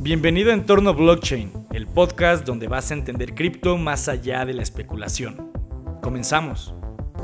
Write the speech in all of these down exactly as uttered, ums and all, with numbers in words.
Bienvenido a Entorno Blockchain, el podcast donde vas a entender cripto más allá de la especulación. Comenzamos.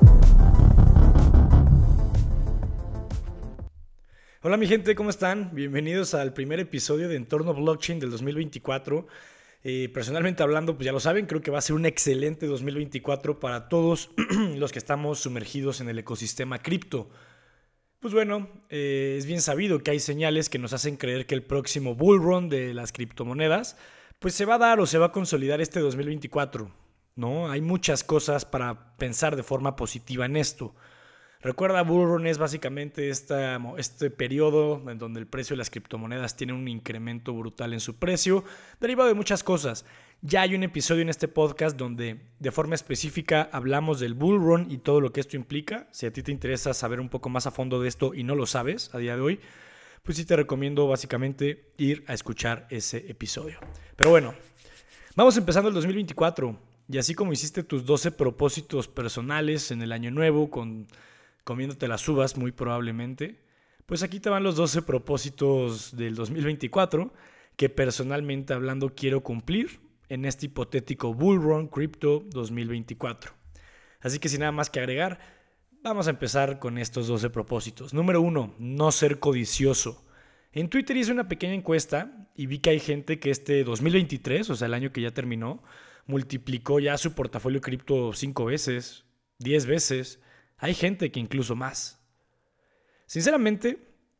Hola mi gente, ¿cómo están? Bienvenidos al primer episodio de Entorno Blockchain del dos mil veinticuatro. Eh, personalmente hablando, pues ya lo saben, creo que va a ser un excelente dos mil veinticuatro para todos los que estamos sumergidos en el ecosistema cripto. Pues bueno, eh, es bien sabido que hay señales que nos hacen creer que el próximo bull run de las criptomonedas pues se va a dar o se va a consolidar este dos mil veinticuatro, ¿no? Hay muchas cosas para pensar de forma positiva en esto. Recuerda, bull run es básicamente esta, este periodo en donde el precio de las criptomonedas tiene un incremento brutal en su precio, derivado de muchas cosas. Ya hay un episodio en este podcast donde de forma específica hablamos del bull run y todo lo que esto implica. Si a ti te interesa saber un poco más a fondo de esto y no lo sabes a día de hoy, pues sí te recomiendo básicamente ir a escuchar ese episodio. Pero bueno, vamos empezando el dos mil veinticuatro y así como hiciste tus doce propósitos personales en el año nuevo con... comiéndote las uvas muy probablemente, pues aquí te van los doce propósitos del dos mil veinticuatro que personalmente hablando quiero cumplir en este hipotético Bull Run Crypto dos mil veinticuatro. Así que sin nada más que agregar, vamos a empezar con estos doce propósitos. Número uno, no ser codicioso. En Twitter hice una pequeña encuesta y vi que hay gente que este dos mil veintitrés, o sea el año que ya terminó, multiplicó ya su portafolio cripto cinco veces, diez veces. Hay gente que incluso más. Sinceramente,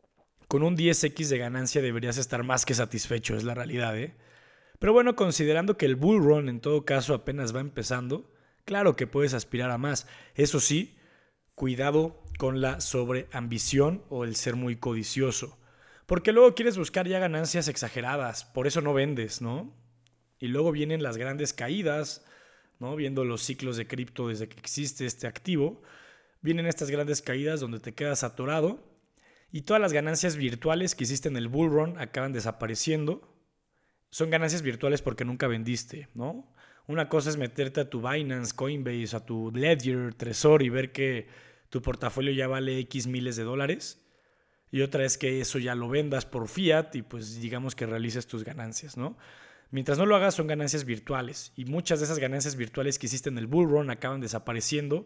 con un diez equis de ganancia deberías estar más que satisfecho, es la realidad, ¿eh? Pero bueno, considerando que el bull run en todo caso apenas va empezando, claro que puedes aspirar a más. Eso sí, cuidado con la sobreambición o el ser muy codicioso. Porque luego quieres buscar ya ganancias exageradas, por eso no vendes, ¿no? Y luego vienen las grandes caídas, ¿no? Viendo los ciclos de cripto desde que existe este activo. Vienen estas grandes caídas donde te quedas atorado y todas las ganancias virtuales que hiciste en el bull run acaban desapareciendo. Son ganancias virtuales porque nunca vendiste, ¿no? Una cosa es meterte a tu Binance, Coinbase, a tu Ledger, Trezor y ver que tu portafolio ya vale X miles de dólares. Y otra es que eso ya lo vendas por fiat y pues digamos que realices tus ganancias, ¿no? Mientras no lo hagas son ganancias virtuales y muchas de esas ganancias virtuales que hiciste en el bull run acaban desapareciendo.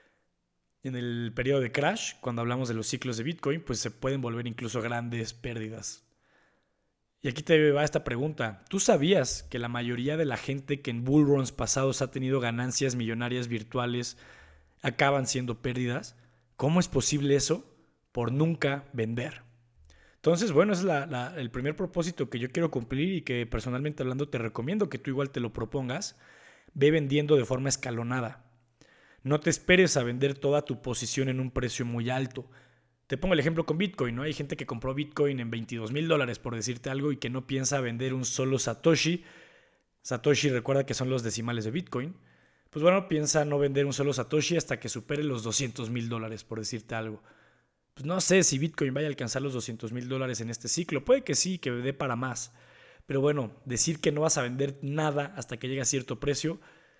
En el periodo de crash, cuando hablamos de los ciclos de Bitcoin, pues se pueden volver incluso grandes pérdidas. Y aquí te va esta pregunta. ¿Tú sabías que la mayoría de la gente que en bull runs pasados ha tenido ganancias millonarias virtuales acaban siendo pérdidas? ¿Cómo es posible eso? Por nunca vender. Entonces, bueno, ese es la, la, el primer propósito que yo quiero cumplir y que personalmente hablando te recomiendo que tú igual te lo propongas. Ve vendiendo de forma escalonada. No te esperes a vender toda tu posición en un precio muy alto. Te pongo el ejemplo con Bitcoin, ¿no? Hay gente que compró Bitcoin en veintidós mil dólares, por decirte algo, y que no piensa vender un solo Satoshi. Satoshi, recuerda que son los decimales de Bitcoin. Pues bueno, piensa no vender un solo Satoshi hasta que supere los doscientos mil dólares, por decirte algo. Pues no sé si Bitcoin vaya a alcanzar los doscientos mil dólares en este ciclo. Puede que sí, que dé para más. Pero bueno, decir que no vas a vender nada hasta que llegue a cierto precio,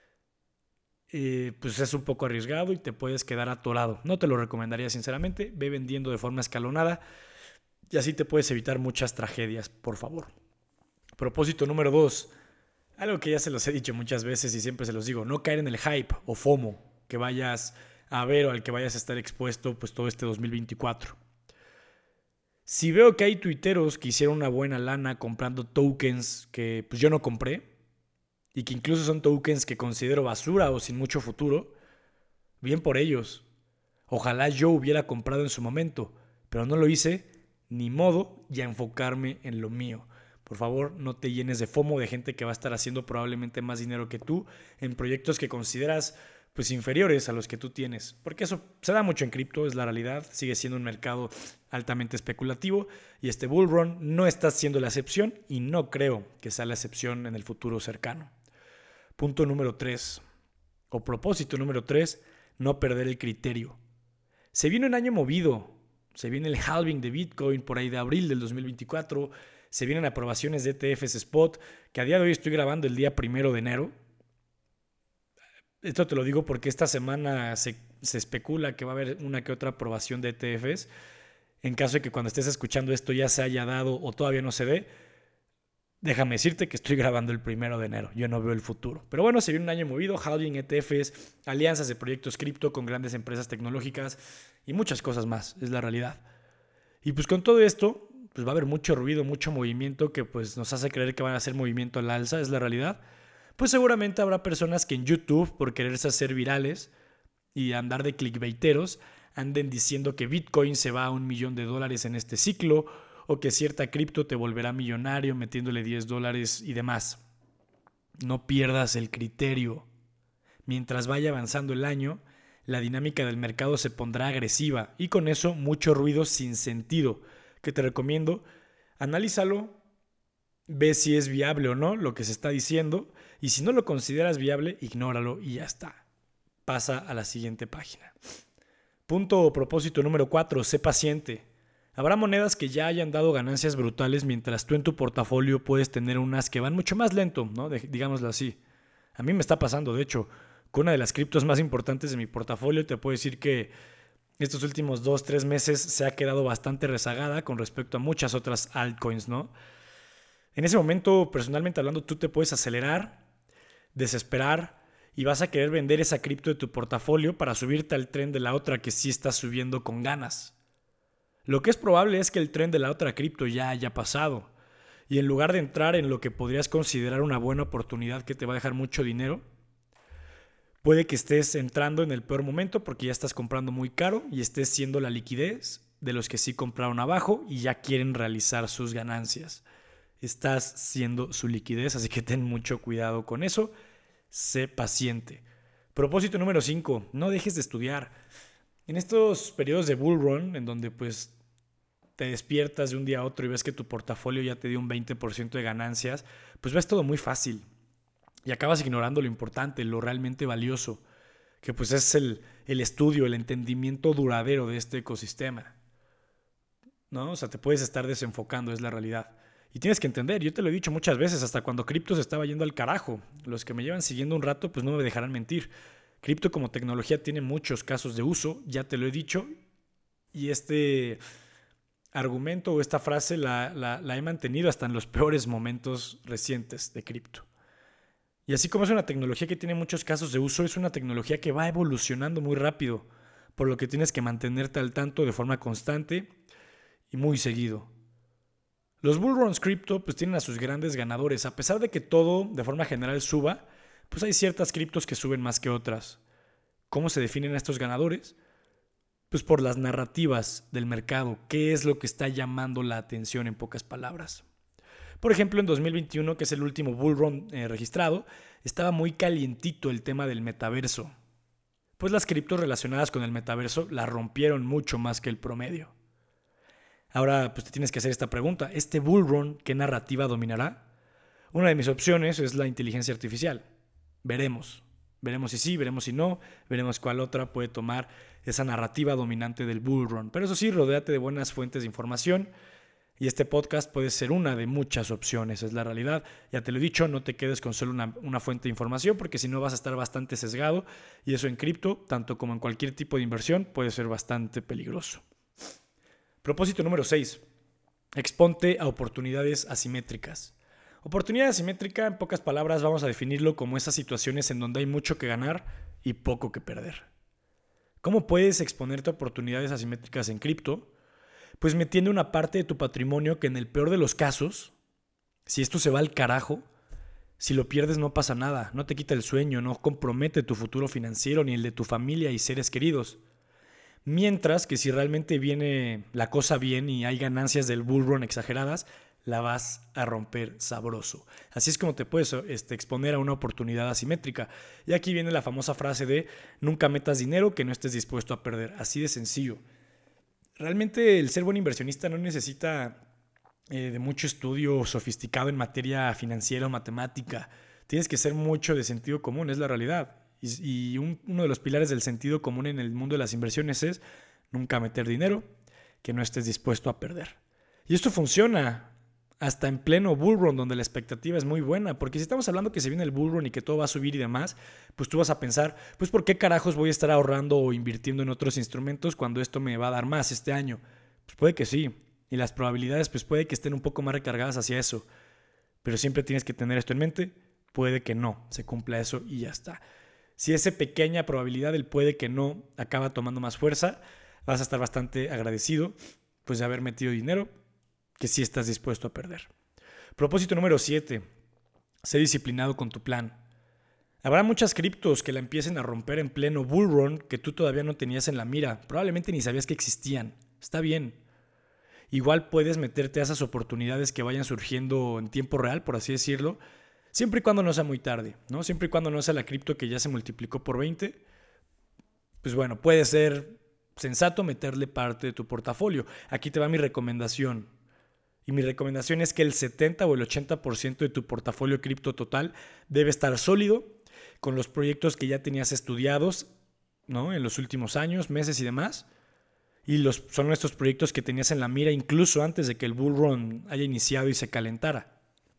Eh, pues es un poco arriesgado y te puedes quedar atorado. No te lo recomendaría sinceramente. Ve vendiendo de forma escalonada y así te puedes evitar muchas tragedias, por favor. Propósito número dos. Algo que ya se los he dicho muchas veces y siempre se los digo. No caer en el hype o FOMO que vayas a ver o al que vayas a estar expuesto pues todo este dos mil veinticuatro. Si veo que hay tuiteros que hicieron una buena lana comprando tokens que pues yo no compré, y que incluso son tokens que considero basura o sin mucho futuro, bien por ellos. Ojalá yo hubiera comprado en su momento, pero no lo hice, ni modo, y a enfocarme en lo mío. Por favor, no te llenes de FOMO de gente que va a estar haciendo probablemente más dinero que tú en proyectos que consideras pues inferiores a los que tú tienes. Porque eso se da mucho en cripto, es la realidad, sigue siendo un mercado altamente especulativo y este bull run no está siendo la excepción y no creo que sea la excepción en el futuro cercano. Punto número tres, o propósito número tres, no perder el criterio. Se viene un año movido, se viene el halving de Bitcoin por ahí de abril del dos mil veinticuatro, se vienen aprobaciones de E T Fs Spot, que a día de hoy estoy grabando el día primero de enero. Esto te lo digo porque esta semana se, se especula que va a haber una que otra aprobación de E T Fs. En caso de que cuando estés escuchando esto ya se haya dado o todavía no se dé, déjame decirte que estoy grabando el primero de enero. Yo no veo el futuro. Pero bueno, se viene un año movido. Halving, E T Fs, alianzas de proyectos cripto con grandes empresas tecnológicas y muchas cosas más. Es la realidad. Y pues con todo esto, pues va a haber mucho ruido, mucho movimiento que pues nos hace creer que van a hacer movimiento al alza. Es la realidad. Pues seguramente habrá personas que en YouTube, por quererse hacer virales y andar de clickbaiteros, anden diciendo que Bitcoin se va a un millón de dólares en este ciclo, o que cierta cripto te volverá millonario metiéndole diez dólares y demás. No pierdas el criterio. Mientras vaya avanzando el año, la dinámica del mercado se pondrá agresiva y con eso mucho ruido sin sentido, que te recomiendo, analízalo, ve si es viable o no lo que se está diciendo y si no lo consideras viable, ignóralo y ya está. Pasa a la siguiente página. Punto o propósito número cuatro, sé paciente. Habrá monedas que ya hayan dado ganancias brutales mientras tú en tu portafolio puedes tener unas que van mucho más lento, ¿no? De, digámoslo así. A mí me está pasando, de hecho, con una de las criptos más importantes de mi portafolio, te puedo decir que estos últimos dos, tres meses se ha quedado bastante rezagada con respecto a muchas otras altcoins, ¿no? En ese momento, personalmente hablando, tú te puedes acelerar, desesperar y vas a querer vender esa cripto de tu portafolio para subirte al tren de la otra que sí está subiendo con ganas. Lo que es probable es que el tren de la otra cripto ya haya pasado y en lugar de entrar en lo que podrías considerar una buena oportunidad que te va a dejar mucho dinero, puede que estés entrando en el peor momento porque ya estás comprando muy caro y estés siendo la liquidez de los que sí compraron abajo y ya quieren realizar sus ganancias. Estás siendo su liquidez, así que ten mucho cuidado con eso. Sé paciente. Propósito número cinco, no dejes de estudiar. En estos periodos de bull run, en donde pues te despiertas de un día a otro y ves que tu portafolio ya te dio un veinte por ciento de ganancias, pues ves todo muy fácil y acabas ignorando lo importante, lo realmente valioso, que pues es el, el estudio, el entendimiento duradero de este ecosistema, ¿no? O sea, te puedes estar desenfocando, es la realidad. Y tienes que entender, yo te lo he dicho muchas veces, hasta cuando cripto se estaba yendo al carajo, los que me llevan siguiendo un rato pues no me dejarán mentir. Cripto como tecnología tiene muchos casos de uso, ya te lo he dicho, y este argumento o esta frase la, la, la he mantenido hasta en los peores momentos recientes de cripto. Y así como es una tecnología que tiene muchos casos de uso, es una tecnología que va evolucionando muy rápido, por lo que tienes que mantenerte al tanto de forma constante y muy seguido. Los bull runs cripto pues tienen a sus grandes ganadores, a pesar de que todo de forma general suba, pues hay ciertas criptos que suben más que otras. ¿Cómo se definen a estos ganadores? Pues por las narrativas del mercado. ¿Qué es lo que está llamando la atención en pocas palabras? Por ejemplo, en dos mil veintiuno, que es el último bull run eh, registrado, estaba muy calientito el tema del metaverso. Pues las criptos relacionadas con el metaverso la rompieron mucho más que el promedio. Ahora pues te tienes que hacer esta pregunta. ¿Este bull run qué narrativa dominará? Una de mis opciones es la inteligencia artificial. Veremos. Veremos si sí, veremos si no, veremos cuál otra puede tomar esa narrativa dominante del bull run. Pero eso sí, rodéate de buenas fuentes de información y este podcast puede ser una de muchas opciones, es la realidad. Ya te lo he dicho, no te quedes con solo una, una fuente de información porque si no vas a estar bastante sesgado y eso en cripto, tanto como en cualquier tipo de inversión, puede ser bastante peligroso. Propósito número seis. Exponte a oportunidades asimétricas. Oportunidad asimétrica, en pocas palabras, vamos a definirlo como esas situaciones en donde hay mucho que ganar y poco que perder. ¿Cómo puedes exponerte a oportunidades asimétricas en cripto? Pues metiendo una parte de tu patrimonio que en el peor de los casos, si esto se va al carajo, si lo pierdes no pasa nada, no te quita el sueño, no compromete tu futuro financiero ni el de tu familia y seres queridos. Mientras que si realmente viene la cosa bien y hay ganancias del bull run exageradas, la vas a romper sabroso. Así es como te puedes este, exponer a una oportunidad asimétrica. Y aquí viene la famosa frase de nunca metas dinero que no estés dispuesto a perder. Así de sencillo. Realmente el ser buen inversionista no necesita eh, de mucho estudio sofisticado en materia financiera o matemática. Tienes que ser mucho de sentido común, es la realidad. Y, y un, uno de los pilares del sentido común en el mundo de las inversiones es nunca meter dinero que no estés dispuesto a perder. Y esto funciona hasta en pleno bull run, donde la expectativa es muy buena, porque si estamos hablando que se viene el bull run y que todo va a subir y demás, pues tú vas a pensar, pues ¿por qué carajos voy a estar ahorrando o invirtiendo en otros instrumentos cuando esto me va a dar más este año? Pues puede que sí, y las probabilidades pues puede que estén un poco más recargadas hacia eso, Pero siempre tienes que tener esto en mente. Puede que no se cumpla eso y ya está. Si esa pequeña probabilidad del puede que no acaba tomando más fuerza, vas a estar bastante agradecido pues de haber metido dinero que sí estás dispuesto a perder. Propósito número siete. Sé disciplinado con tu plan. Habrá muchas criptos que la empiecen a romper en pleno bull run que tú todavía no tenías en la mira. Probablemente ni sabías que existían. Está bien. Igual puedes meterte a esas oportunidades que vayan surgiendo en tiempo real, por así decirlo, siempre y cuando no sea muy tarde, ¿no? Siempre y cuando no sea la cripto que ya se multiplicó por veinte, pues bueno, puede ser sensato meterle parte de tu portafolio. Aquí te va mi recomendación. Y mi recomendación es que el setenta o el ochenta por ciento de tu portafolio cripto total debe estar sólido con los proyectos que ya tenías estudiados, ¿no? En los últimos años, meses y demás. Y los, son estos proyectos que tenías en la mira incluso antes de que el bull run haya iniciado y se calentara.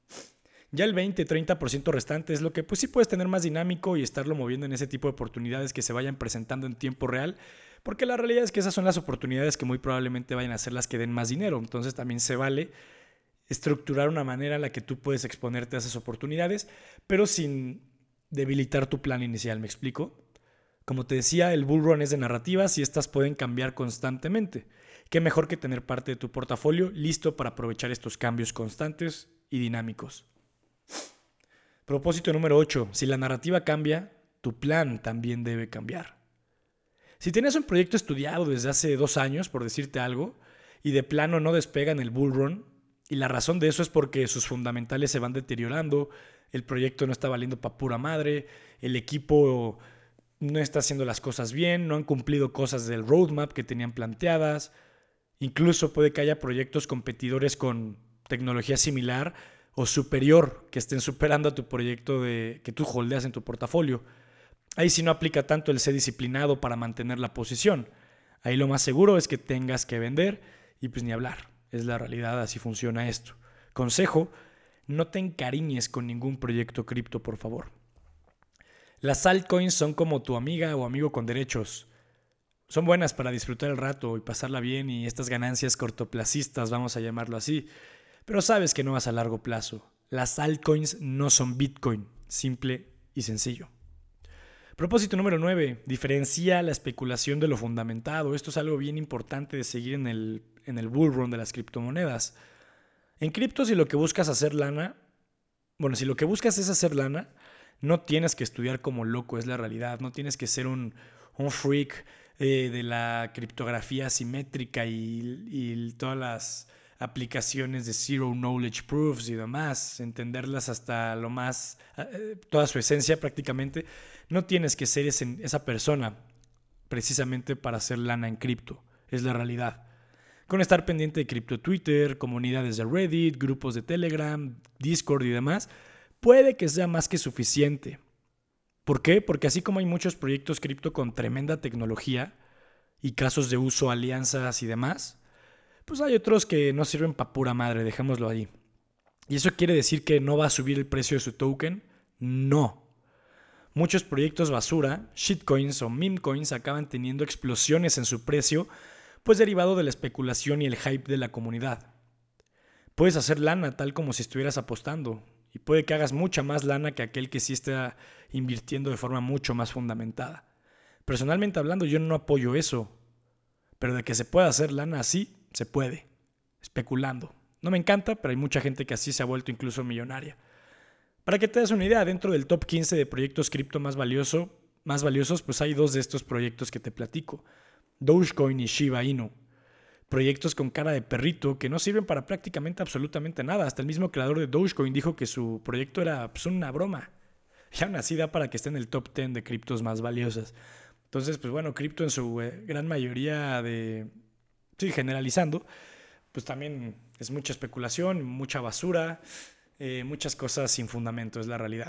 Ya el veinte, treinta por ciento restante es lo que pues sí puedes tener más dinámico y estarlo moviendo en ese tipo de oportunidades que se vayan presentando en tiempo real, porque la realidad es que esas son las oportunidades que muy probablemente vayan a ser las que den más dinero. Entonces también se vale estructurar una manera en la que tú puedes exponerte a esas oportunidades, pero sin debilitar tu plan inicial, ¿me explico? Como te decía, el bull run es de narrativas y estas pueden cambiar constantemente. Qué mejor que tener parte de tu portafolio listo para aprovechar estos cambios constantes y dinámicos. Propósito número ocho. Si la narrativa cambia, tu plan también debe cambiar. Si tienes un proyecto estudiado desde hace dos años, por decirte algo, y de plano no despega en el bull run, y la razón de eso es porque sus fundamentales se van deteriorando, el proyecto no está valiendo pa' pura madre, el equipo no está haciendo las cosas bien, no han cumplido cosas del roadmap que tenían planteadas, incluso puede que haya proyectos competidores con tecnología similar o superior que estén superando a tu proyecto de, que tú holdeas en tu portafolio. Ahí sí no aplica tanto el ser disciplinado para mantener la posición. Ahí lo más seguro es que tengas que vender y pues ni hablar. Es la realidad, así funciona esto. Consejo, no te encariñes con ningún proyecto cripto, por favor. Las altcoins son como tu amiga o amigo con derechos. Son buenas para disfrutar el rato y pasarla bien y estas ganancias cortoplacistas, vamos a llamarlo así. Pero sabes que no vas a largo plazo. Las altcoins no son Bitcoin, simple y sencillo. Propósito número nueve. Diferencia la especulación de lo fundamentado. Esto es algo bien importante de seguir en el, en el bull run de las criptomonedas. En cripto, si lo que buscas hacer lana, bueno, si lo que buscas es hacer lana, no tienes que estudiar como loco, es la realidad. No tienes que ser un, un freak eh, de la criptografía asimétrica y, y todas las aplicaciones de Zero Knowledge Proofs y demás, entenderlas hasta lo más, eh, toda su esencia prácticamente. No tienes que ser ese, esa persona precisamente para hacer lana en cripto, es la realidad. Con estar pendiente de cripto Twitter, comunidades de Reddit, grupos de Telegram, Discord y demás, puede que sea más que suficiente. ¿Por qué? Porque así como hay muchos proyectos cripto con tremenda tecnología y casos de uso, alianzas y demás, pues hay otros que no sirven pa' pura madre, dejémoslo ahí. ¿Y eso quiere decir que no va a subir el precio de su token? No. Muchos proyectos basura, shitcoins o meme coins acaban teniendo explosiones en su precio, pues derivado de la especulación y el hype de la comunidad. Puedes hacer lana tal como si estuvieras apostando, y puede que hagas mucha más lana que aquel que sí está invirtiendo de forma mucho más fundamentada. Personalmente hablando, yo no apoyo eso, pero de que se pueda hacer lana así, se puede, especulando. No me encanta, pero hay mucha gente que así se ha vuelto incluso millonaria. Para que te des una idea, dentro del top quince de proyectos cripto más, valioso, más valiosos, pues hay dos de estos proyectos que te platico. Dogecoin y Shiba Inu. Proyectos con cara de perrito que no sirven para prácticamente absolutamente nada. Hasta el mismo creador de Dogecoin dijo que su proyecto era pues, una broma. Y aún así da para que esté en el top diez de criptos más valiosas. Entonces, pues bueno, cripto en su eh, gran mayoría de... Sí, generalizando, pues también es mucha especulación, mucha basura, eh, muchas cosas sin fundamento, es la realidad.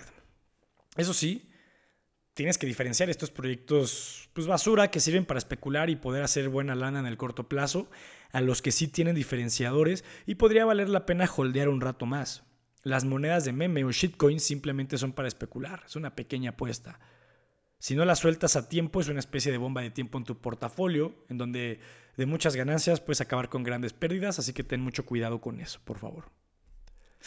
Eso sí, tienes que diferenciar estos proyectos pues basura que sirven para especular y poder hacer buena lana en el corto plazo a los que sí tienen diferenciadores y podría valer la pena holdear un rato más. Las monedas de meme o shitcoins simplemente son para especular, es una pequeña apuesta. Si no las sueltas a tiempo, es una especie de bomba de tiempo en tu portafolio, en donde de muchas ganancias puedes acabar con grandes pérdidas, así que ten mucho cuidado con eso, por favor.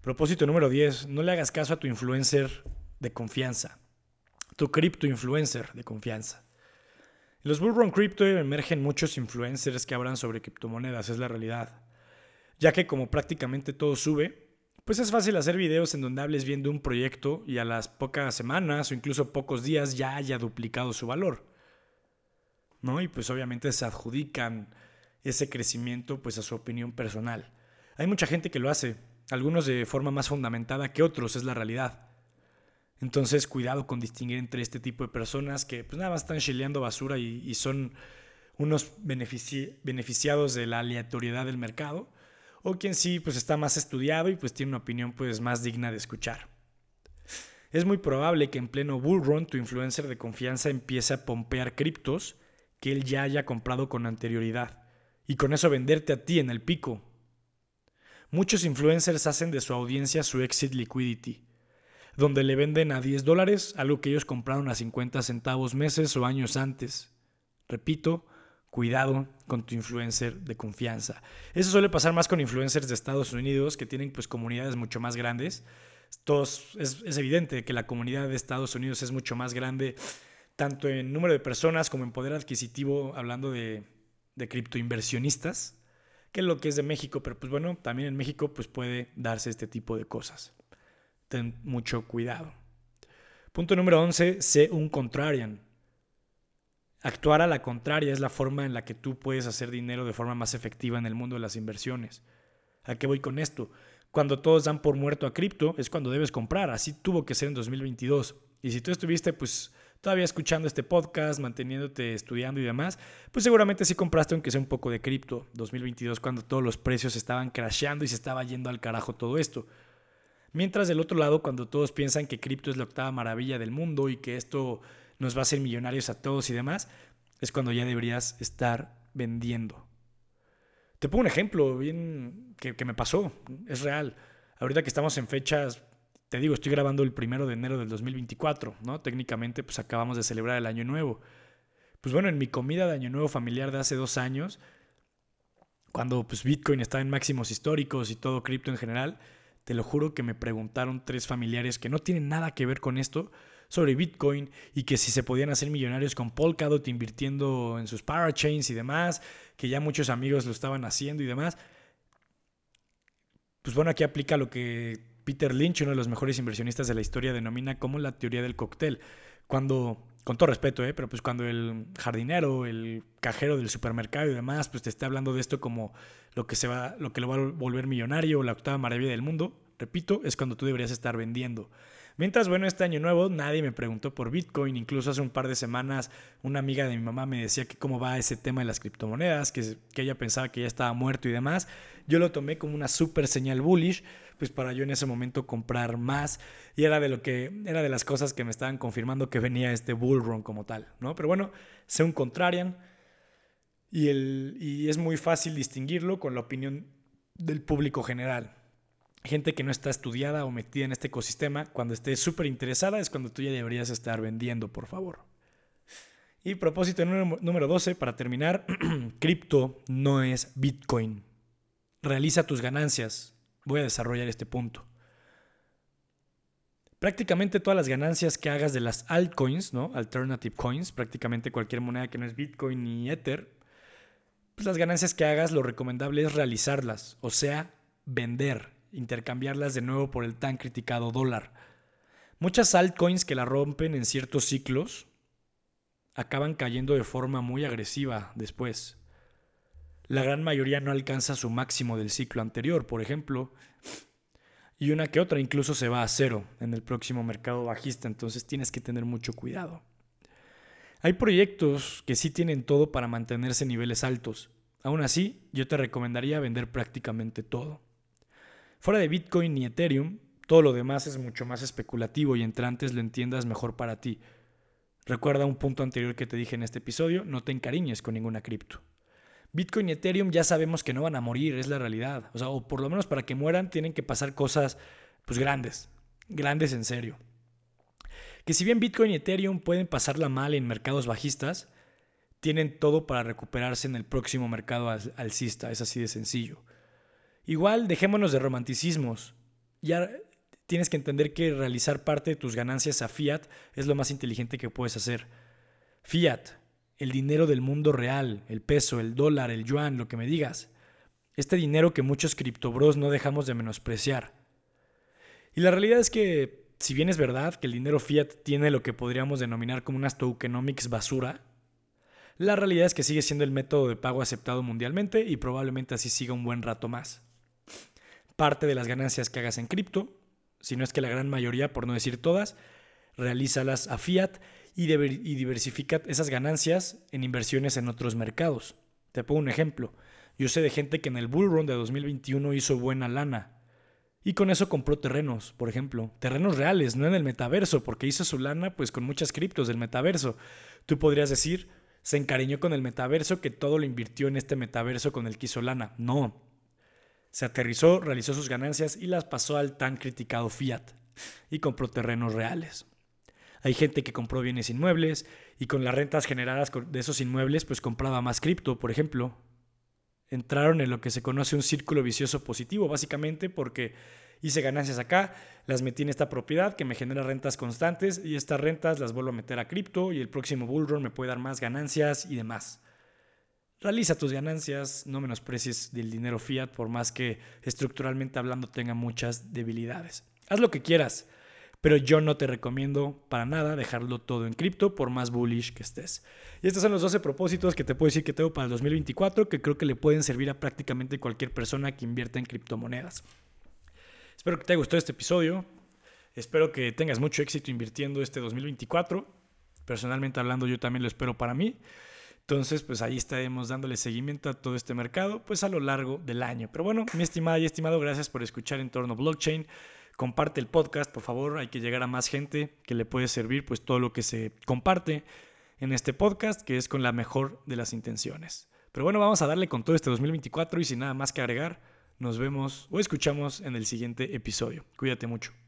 Propósito número diez, no le hagas caso a tu influencer de confianza, tu cripto influencer de confianza. En los Bull Run Crypto emergen muchos influencers que hablan sobre criptomonedas, es la realidad. Ya que como prácticamente todo sube, pues es fácil hacer videos en donde hables bien de un proyecto y a las pocas semanas o incluso pocos días ya haya duplicado su valor, ¿no? Y pues obviamente se adjudican ese crecimiento pues a su opinión personal. Hay mucha gente que lo hace, algunos de forma más fundamentada que otros, es la realidad. Entonces cuidado con distinguir entre este tipo de personas que pues nada más están chileando basura y, y son unos benefici- beneficiados de la aleatoriedad del mercado, o quien sí pues está más estudiado y pues tiene una opinión pues más digna de escuchar. Es muy probable que en pleno bull run tu influencer de confianza empiece a pompear criptos que él ya haya comprado con anterioridad y con eso venderte a ti en el pico. Muchos influencers hacen de su audiencia su exit liquidity, donde le venden a diez dólares algo que ellos compraron a cincuenta centavos meses o años antes. Repito, cuidado con tu influencer de confianza. Eso suele pasar más con influencers de Estados Unidos que tienen pues comunidades mucho más grandes. Todos, es, es evidente que la comunidad de Estados Unidos es mucho más grande, tanto en número de personas como en poder adquisitivo, hablando de, de criptoinversionistas, que lo que es de México, pero pues bueno, también en México pues puede darse este tipo de cosas. Ten mucho cuidado. Punto número once, sé un contrarian. Actuar a la contraria es la forma en la que tú puedes hacer dinero de forma más efectiva en el mundo de las inversiones. ¿A qué voy con esto? Cuando todos dan por muerto a cripto es cuando debes comprar. Así tuvo que ser en dos mil veintidós. Y si tú estuviste pues todavía escuchando este podcast, manteniéndote estudiando y demás, pues seguramente sí compraste aunque sea un poco de cripto. dos mil veintidós cuando todos los precios estaban crasheando y se estaba yendo al carajo todo esto. Mientras del otro lado, cuando todos piensan que cripto es la octava maravilla del mundo y que esto nos va a hacer millonarios a todos y demás, es cuando ya deberías estar vendiendo. Te pongo un ejemplo bien que, que me pasó, es real. Ahorita que estamos en fechas, te digo, estoy grabando el primero de enero del dos mil veinticuatro, ¿no? Técnicamente, pues acabamos de celebrar el Año Nuevo. Pues bueno, en mi comida de Año Nuevo familiar de hace dos años, cuando pues Bitcoin estaba en máximos históricos y todo cripto en general, te lo juro que me preguntaron tres familiares que no tienen nada que ver con esto sobre Bitcoin y que si se podían hacer millonarios con Polkadot invirtiendo en sus parachains y demás, que ya muchos amigos lo estaban haciendo y demás. Pues bueno, aquí aplica lo que Peter Lynch, uno de los mejores inversionistas de la historia, denomina como la teoría del cóctel. Cuando, con todo respeto, ¿eh? pero pues cuando el jardinero, el cajero del supermercado y demás, pues te está hablando de esto como lo que se va, lo que lo va a volver millonario o la octava maravilla del mundo, repito, es cuando tú deberías estar vendiendo. Mientras, bueno, este año nuevo nadie me preguntó por Bitcoin. Incluso hace un par de semanas una amiga de mi mamá me decía que cómo va ese tema de las criptomonedas, que, que ella pensaba que ya estaba muerto y demás. Yo lo tomé como una súper señal bullish, pues para yo en ese momento comprar más. Y era de lo que era de las cosas que me estaban confirmando que venía este bull run como tal, ¿no? Pero bueno, sé un contrarian y, el, y es muy fácil distinguirlo con la opinión del público general. Gente que no está estudiada o metida en este ecosistema, cuando esté súper interesada es cuando tú ya deberías estar vendiendo, por favor. Y propósito número doce, para terminar, cripto no es Bitcoin. Realiza tus ganancias. Voy a desarrollar este punto. Prácticamente todas las ganancias que hagas de las altcoins, ¿no? Alternative coins, prácticamente cualquier moneda que no es Bitcoin ni Ether, pues las ganancias que hagas, lo recomendable es realizarlas, o sea, vender. Intercambiarlas de nuevo por el tan criticado dólar. Muchas altcoins que la rompen en ciertos ciclos acaban cayendo de forma muy agresiva después. La gran mayoría no alcanza su máximo del ciclo anterior, por ejemplo, y una que otra incluso se va a cero en el próximo mercado bajista, entonces tienes que tener mucho cuidado. Hay proyectos que sí tienen todo para mantenerse en niveles altos. Aún así, yo te recomendaría vender prácticamente todo. Fuera de Bitcoin ni Ethereum, todo lo demás es mucho más especulativo y entre antes lo entiendas mejor para ti. Recuerda un punto anterior que te dije en este episodio, no te encariñes con ninguna cripto. Bitcoin y Ethereum ya sabemos que no van a morir, es la realidad. O sea, o por lo menos para que mueran tienen que pasar cosas pues grandes, grandes en serio. Que si bien Bitcoin y Ethereum pueden pasarla mal en mercados bajistas, tienen todo para recuperarse en el próximo mercado alcista, es así de sencillo. Igual, dejémonos de romanticismos. ya tienes que entender que realizar parte de tus ganancias a fiat es lo más inteligente que puedes hacer. Fiat, el dinero del mundo real, el peso, el dólar, el yuan, lo que me digas. Este dinero que muchos criptobros no dejamos de menospreciar. Y la realidad es que, si bien es verdad que el dinero fiat tiene lo que podríamos denominar como unas tokenomics basura, la realidad es que sigue siendo el método de pago aceptado mundialmente y probablemente así siga un buen rato más. Parte de las ganancias que hagas en cripto, si no es que la gran mayoría, por no decir todas, realízalas a fiat y, y diversifica esas ganancias en inversiones en otros mercados. Te pongo un ejemplo. Yo sé de gente que en el Bull Run de dos mil veintiuno hizo buena lana y con eso compró terrenos, por ejemplo. Terrenos reales, no en el metaverso, porque hizo su lana pues con muchas criptos del metaverso. Tú podrías decir, se encariñó con el metaverso, que todo lo invirtió en este metaverso con el que hizo lana. No. Se aterrizó, realizó sus ganancias y las pasó al tan criticado fiat y compró terrenos reales. Hay gente que compró bienes inmuebles y con las rentas generadas de esos inmuebles pues compraba más cripto, por ejemplo. Entraron en lo que se conoce un círculo vicioso positivo, básicamente porque hice ganancias acá, las metí en esta propiedad que me genera rentas constantes y estas rentas las vuelvo a meter a cripto y el próximo bull run me puede dar más ganancias y demás. Realiza tus ganancias, no menosprecies del dinero fiat por más que estructuralmente hablando tenga muchas debilidades. Haz lo que quieras, pero yo no te recomiendo para nada dejarlo todo en cripto por más bullish que estés. Y estos son los doce propósitos que te puedo decir que tengo para el dos mil veinticuatro que creo que le pueden servir a prácticamente cualquier persona que invierta en criptomonedas. Espero que te haya gustado este episodio. Espero que tengas mucho éxito invirtiendo este dos mil veinticuatro. Personalmente hablando, yo también lo espero para mí. Entonces, pues ahí estaremos dándole seguimiento a todo este mercado, pues a lo largo del año. Pero bueno, mi estimada y estimado, gracias por escuchar Entorno Blockchain. Comparte el podcast, por favor, hay que llegar a más gente que le puede servir pues todo lo que se comparte en este podcast, que es con la mejor de las intenciones. Pero bueno, vamos a darle con todo este dos mil veinticuatro y sin nada más que agregar, nos vemos o escuchamos en el siguiente episodio. Cuídate mucho.